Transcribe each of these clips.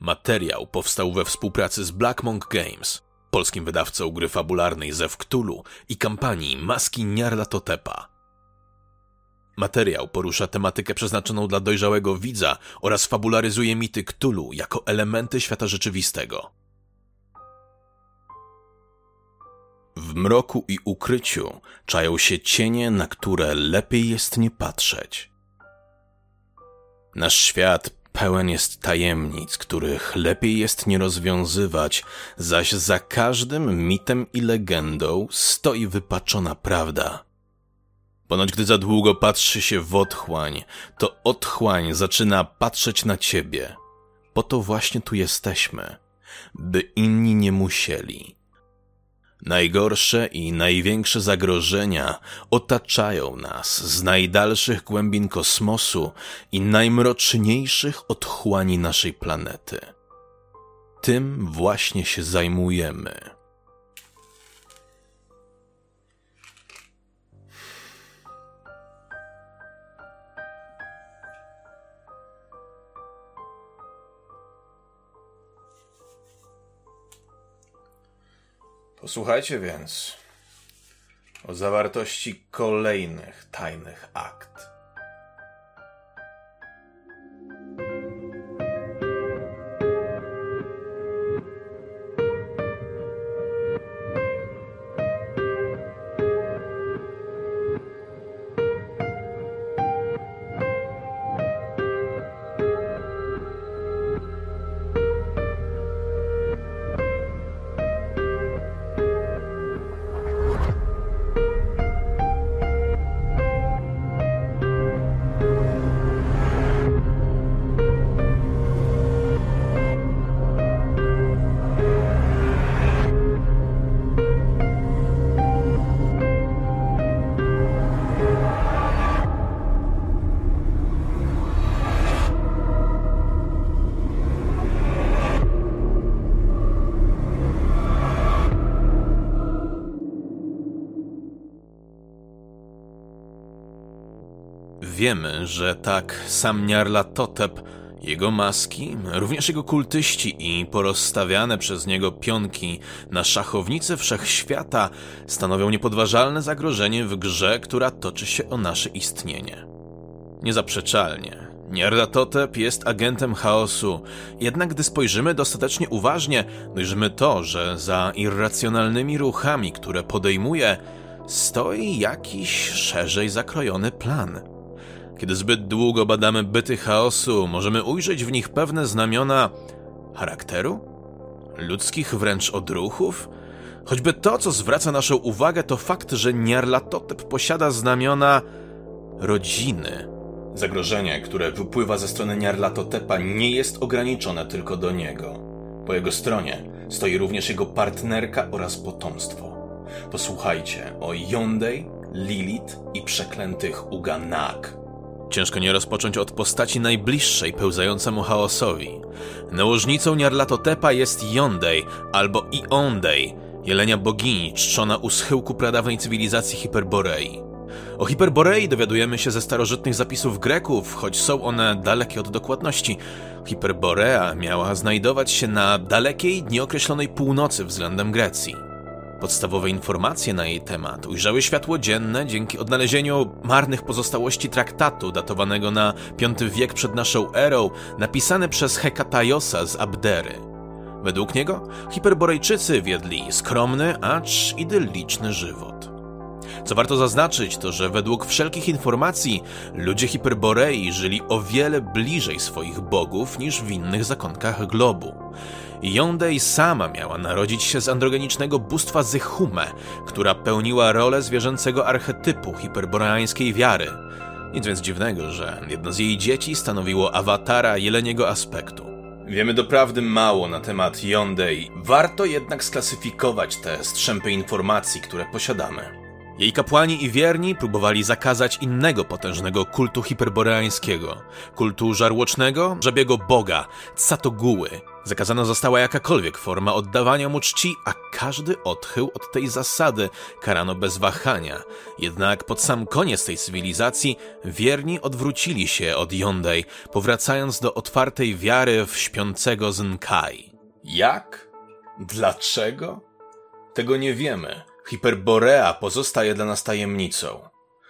Materiał powstał we współpracy z Black Monk Games, polskim wydawcą gry fabularnej Zew Cthulhu i kampanii Maski Nyarlathotepa. Materiał porusza tematykę przeznaczoną dla dojrzałego widza oraz fabularyzuje mity Cthulhu jako elementy świata rzeczywistego. W mroku i ukryciu czają się cienie, na które lepiej jest nie patrzeć. Nasz świat pełen jest tajemnic, których lepiej jest nie rozwiązywać, zaś za każdym mitem i legendą stoi wypaczona prawda. Ponoć gdy za długo patrzy się w otchłań, to otchłań zaczyna patrzeć na ciebie. Po to właśnie tu jesteśmy, by inni nie musieli. Najgorsze i największe zagrożenia otaczają nas z najdalszych głębin kosmosu i najmroczniejszych otchłani naszej planety. Tym właśnie się zajmujemy. Posłuchajcie więc o zawartości kolejnych tajnych akt. Wiemy, że tak sam Nyarlathotep, jego maski, również jego kultyści i porozstawiane przez niego pionki na szachownicy wszechświata stanowią niepodważalne zagrożenie w grze, która toczy się o nasze istnienie. Niezaprzeczalnie, Nyarlathotep jest agentem chaosu, jednak gdy spojrzymy dostatecznie uważnie, dojrzymy to, że za irracjonalnymi ruchami, które podejmuje, stoi jakiś szerzej zakrojony plan. Kiedy zbyt długo badamy byty chaosu, możemy ujrzeć w nich pewne znamiona charakteru? Ludzkich wręcz odruchów? Choćby to, co zwraca naszą uwagę, to fakt, że Nyarlathotep posiada znamiona rodziny. Zagrożenie, które wypływa ze strony Nyarlathotepa, nie jest ograniczone tylko do niego. Po jego stronie stoi również jego partnerka oraz potomstwo. Posłuchajcie o Yonday, Lilith i przeklętych Uganach. Ciężko nie rozpocząć od postaci najbliższej pełzającemu chaosowi. Nałożnicą Nyarlathotepa jest Yonday albo Ionday, jelenia bogini czczona u schyłku pradawnej cywilizacji Hiperborei. O Hiperborei dowiadujemy się ze starożytnych zapisów Greków, choć są one dalekie od dokładności. Hiperborea miała znajdować się na dalekiej, nieokreślonej północy względem Grecji. Podstawowe informacje na jej temat ujrzały światło dzienne dzięki odnalezieniu marnych pozostałości traktatu datowanego na V wiek przed naszą erą, napisane przez Hekatajosa z Abdery. Według niego Hiperborejczycy wiedli skromny, acz idylliczny żywot. Co warto zaznaczyć, to że według wszelkich informacji ludzie Hiperborei żyli o wiele bliżej swoich bogów niż w innych zakątkach globu. Yonday sama miała narodzić się z androgenicznego bóstwa Zychume, która pełniła rolę zwierzęcego archetypu hiperboreańskiej wiary. Nic więc dziwnego, że jedno z jej dzieci stanowiło awatara jeleniego aspektu. Wiemy doprawdy mało na temat Yonday, warto jednak sklasyfikować te strzępy informacji, które posiadamy. Jej kapłani i wierni próbowali zakazać innego potężnego kultu hiperboreańskiego, kultu żarłocznego, żabiego boga, Tsatoguły. Zakazana została jakakolwiek forma oddawania mu czci, a każdy odchył od tej zasady karano bez wahania. Jednak pod sam koniec tej cywilizacji wierni odwrócili się od Yondei, powracając do otwartej wiary w śpiącego Zenkai. Jak? Dlaczego? Tego nie wiemy. Hiperborea pozostaje dla nas tajemnicą.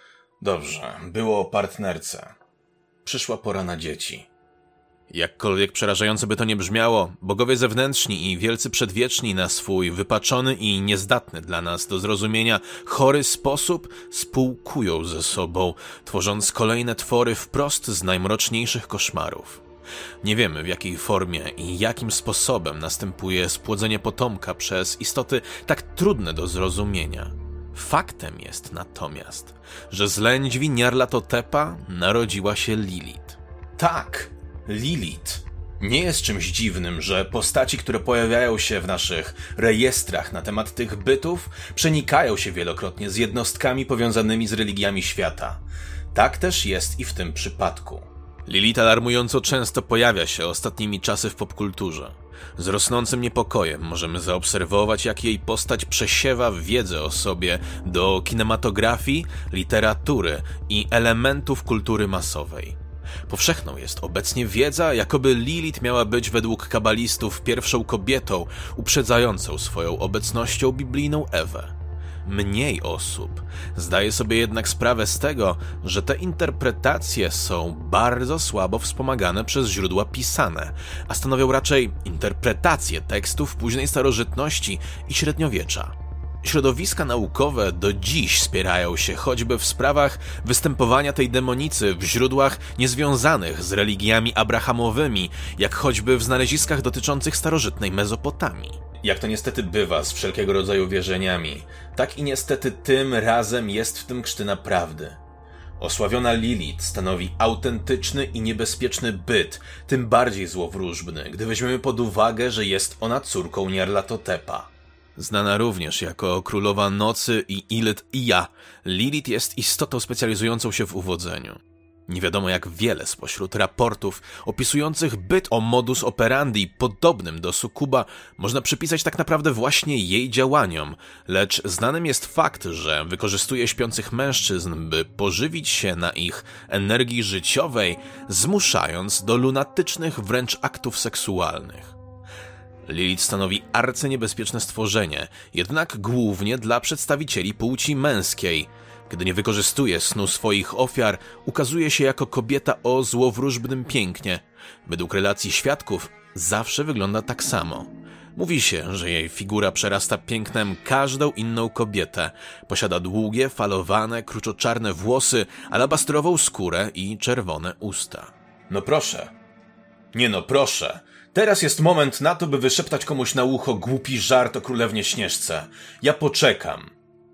Dobrze, było o partnerce. Przyszła pora na dzieci. Jakkolwiek przerażająco by to nie brzmiało, bogowie zewnętrzni i wielcy przedwieczni na swój wypaczony i niezdatny dla nas do zrozumienia chory sposób spółkują ze sobą, tworząc kolejne twory wprost z najmroczniejszych koszmarów. Nie wiemy, w jakiej formie i jakim sposobem następuje spłodzenie potomka przez istoty tak trudne do zrozumienia. Faktem jest natomiast, że z lędźwi Nyarlathotepa narodziła się Lilith. Tak, Lilith. Nie jest czymś dziwnym, że postaci, które pojawiają się w naszych rejestrach na temat tych bytów, przenikają się wielokrotnie z jednostkami powiązanymi z religiami świata. Tak też jest i w tym przypadku. Lilith alarmująco często pojawia się ostatnimi czasy w popkulturze. Z rosnącym niepokojem możemy zaobserwować, jak jej postać przesiewa wiedzę o sobie do kinematografii, literatury i elementów kultury masowej. Powszechną jest obecnie wiedza, jakoby Lilith miała być według kabalistów pierwszą kobietą uprzedzającą swoją obecnością biblijną Ewę. Mniej osób zdaje sobie jednak sprawę z tego, że te interpretacje są bardzo słabo wspomagane przez źródła pisane, a stanowią raczej interpretacje tekstów późnej starożytności i średniowiecza. Środowiska naukowe do dziś spierają się choćby w sprawach występowania tej demonicy w źródłach niezwiązanych z religiami abrahamowymi, jak choćby w znaleziskach dotyczących starożytnej Mezopotamii. Jak to niestety bywa z wszelkiego rodzaju wierzeniami, tak i niestety tym razem jest w tym krztyna prawdy. Osławiona Lilith stanowi autentyczny i niebezpieczny byt, tym bardziej złowróżbny, gdy weźmiemy pod uwagę, że jest ona córką Nyarlathotepa. Znana również jako Królowa Nocy i Ilith-Iya, Lilith jest istotą specjalizującą się w uwodzeniu. Nie wiadomo jak wiele spośród raportów opisujących byt o modus operandi podobnym do sukuba można przypisać tak naprawdę właśnie jej działaniom, lecz znanym jest fakt, że wykorzystuje śpiących mężczyzn, by pożywić się na ich energii życiowej, zmuszając do lunatycznych wręcz aktów seksualnych. Lilith stanowi arcyniebezpieczne stworzenie, jednak głównie dla przedstawicieli płci męskiej. Gdy nie wykorzystuje snu swoich ofiar, ukazuje się jako kobieta o złowróżbnym pięknie. Według relacji świadków zawsze wygląda tak samo. Mówi się, że jej figura przerasta pięknem każdą inną kobietę. Posiada długie, falowane, kruczoczarne włosy, alabastrową skórę i czerwone usta. No proszę. Nie no proszę. Teraz jest moment na to, by wyszeptać komuś na ucho głupi żart o Królewnie Śnieżce. Ja poczekam.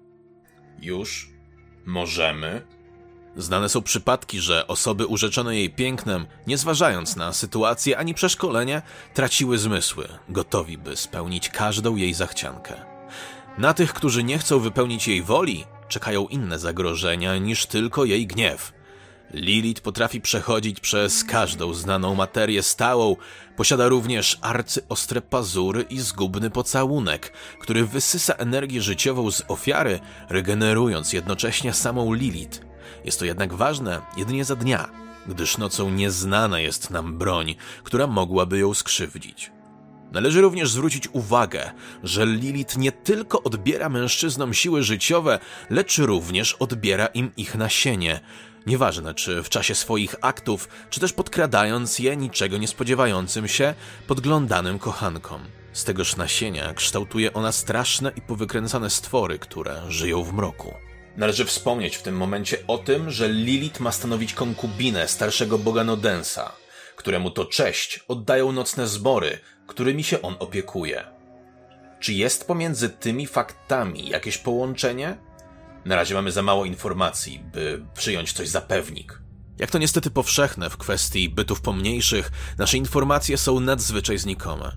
Już? Możemy? Znane są przypadki, że osoby urzeczone jej pięknem, nie zważając na sytuację ani przeszkolenie, traciły zmysły, gotowi by spełnić każdą jej zachciankę. Na tych, którzy nie chcą wypełnić jej woli, czekają inne zagrożenia niż tylko jej gniew. Lilith potrafi przechodzić przez każdą znaną materię stałą, posiada również arcyostre pazury i zgubny pocałunek, który wysysa energię życiową z ofiary, regenerując jednocześnie samą Lilith. Jest to jednak ważne jedynie za dnia, gdyż nocą nieznana jest nam broń, która mogłaby ją skrzywdzić. Należy również zwrócić uwagę, że Lilith nie tylko odbiera mężczyznom siły życiowe, lecz również odbiera im ich nasienie. Nieważne, czy w czasie swoich aktów, czy też podkradając je niczego nie spodziewającym się podglądanym kochankom. Z tegoż nasienia kształtuje ona straszne i powykręcane stwory, które żyją w mroku. Należy wspomnieć w tym momencie o tym, że Lilith ma stanowić konkubinę starszego boga Nodensa, któremu to cześć oddają nocne zbory, którymi się on opiekuje. Czy jest pomiędzy tymi faktami jakieś połączenie? Na razie mamy za mało informacji, by przyjąć coś za pewnik. Jak to niestety powszechne w kwestii bytów pomniejszych, nasze informacje są nadzwyczaj znikome.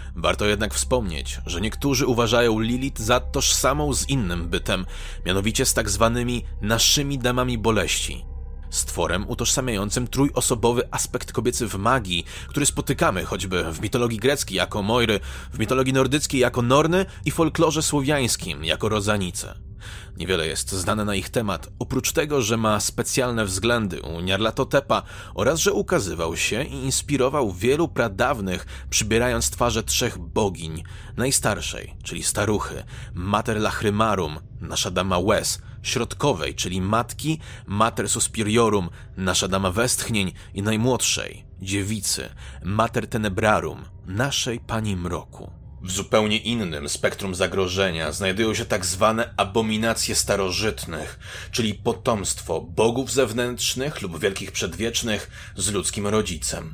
Warto jednak wspomnieć, że niektórzy uważają Lilith za tożsamą z innym bytem, mianowicie z tak zwanymi naszymi damami boleści. Stworem utożsamiającym trójosobowy aspekt kobiecy w magii, który spotykamy choćby w mitologii greckiej jako Moiry, w mitologii nordyckiej jako Norny i folklorze słowiańskim jako Rozanice. Niewiele jest znane na ich temat, oprócz tego, że ma specjalne względy u Nyarlathotepa oraz że ukazywał się i inspirował wielu pradawnych, przybierając twarze 3 bogiń. Najstarszej, czyli staruchy, Mater Lachrymarum, nasza dama łez, środkowej, czyli matki, Mater Suspiriorum, nasza dama westchnień i najmłodszej, dziewicy, Mater Tenebrarum, naszej Pani Mroku. W zupełnie innym spektrum zagrożenia znajdują się tak zwane abominacje starożytnych, czyli potomstwo bogów zewnętrznych lub wielkich przedwiecznych z ludzkim rodzicem.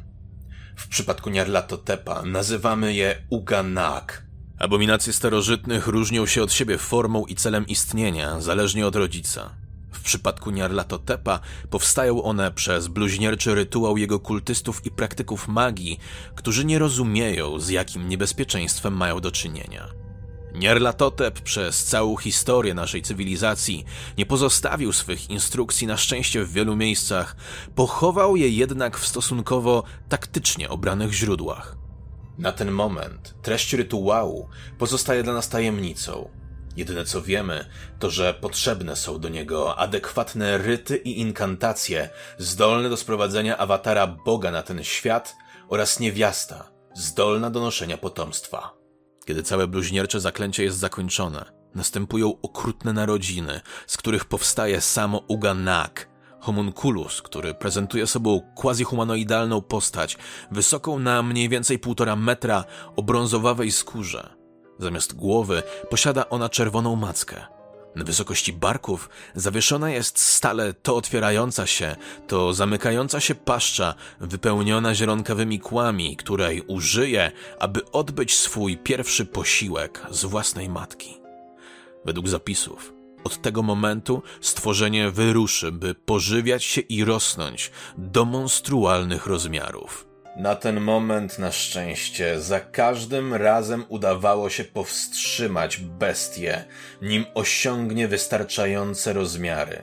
W przypadku Nyarlathotepa nazywamy je Uganak. Abominacje starożytnych różnią się od siebie formą i celem istnienia, zależnie od rodzica. W przypadku Nyarlathotepa powstają one przez bluźnierczy rytuał jego kultystów i praktyków magii, którzy nie rozumieją, z jakim niebezpieczeństwem mają do czynienia. Nyarlathotep przez całą historię naszej cywilizacji nie pozostawił swych instrukcji na szczęście w wielu miejscach, pochował je jednak w stosunkowo taktycznie obranych źródłach. Na ten moment treść rytuału pozostaje dla nas tajemnicą. Jedyne co wiemy, to że potrzebne są do niego adekwatne ryty i inkantacje zdolne do sprowadzenia awatara Boga na ten świat oraz niewiasta zdolna do noszenia potomstwa. Kiedy całe bluźniercze zaklęcie jest zakończone, następują okrutne narodziny, z których powstaje samo Uganak, homunculus, który prezentuje sobą quasi-humanoidalną postać, wysoką na mniej więcej 1,5 metra o brązowawej skórze. Zamiast głowy posiada ona czerwoną mackę. Na wysokości barków zawieszona jest stale to otwierająca się, to zamykająca się paszcza wypełniona zielonkawymi kłami, której użyje, aby odbyć swój pierwszy posiłek z własnej matki. Według zapisów, od tego momentu stworzenie wyruszy, by pożywiać się i rosnąć do monstrualnych rozmiarów. Na ten moment, na szczęście, za każdym razem udawało się powstrzymać bestię, nim osiągnie wystarczające rozmiary.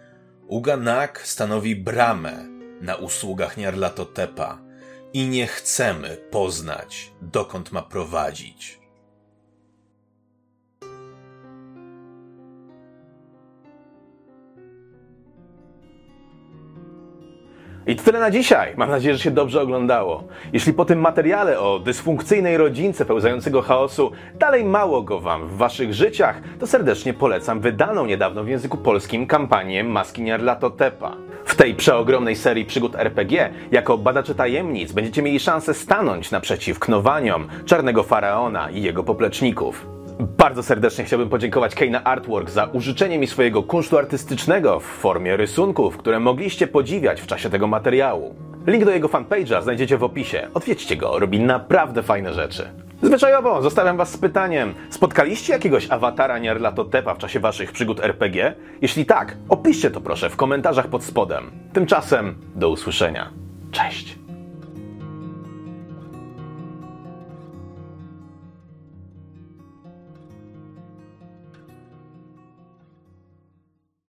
Uganak stanowi bramę na usługach Nyarlathotepa i nie chcemy poznać, dokąd ma prowadzić. I to tyle na dzisiaj. Mam nadzieję, że się dobrze oglądało. Jeśli po tym materiale o dysfunkcyjnej rodzince pełzającego chaosu dalej mało go wam w waszych życiach, to serdecznie polecam wydaną niedawno w języku polskim kampanię Maski Nyarlathotepa. W tej przeogromnej serii przygód RPG jako badacze tajemnic będziecie mieli szansę stanąć naprzeciw knowaniom Czarnego Faraona i jego popleczników. Bardzo serdecznie chciałbym podziękować Kane Artwork za użyczenie mi swojego kunsztu artystycznego w formie rysunków, które mogliście podziwiać w czasie tego materiału. Link do jego fanpage'a znajdziecie w opisie. Odwiedźcie go, robi naprawdę fajne rzeczy. Zwyczajowo zostawiam was z pytaniem: spotkaliście jakiegoś awatara Nyarlathotepa w czasie waszych przygód RPG? Jeśli tak, opiszcie to proszę w komentarzach pod spodem. Tymczasem do usłyszenia. Cześć!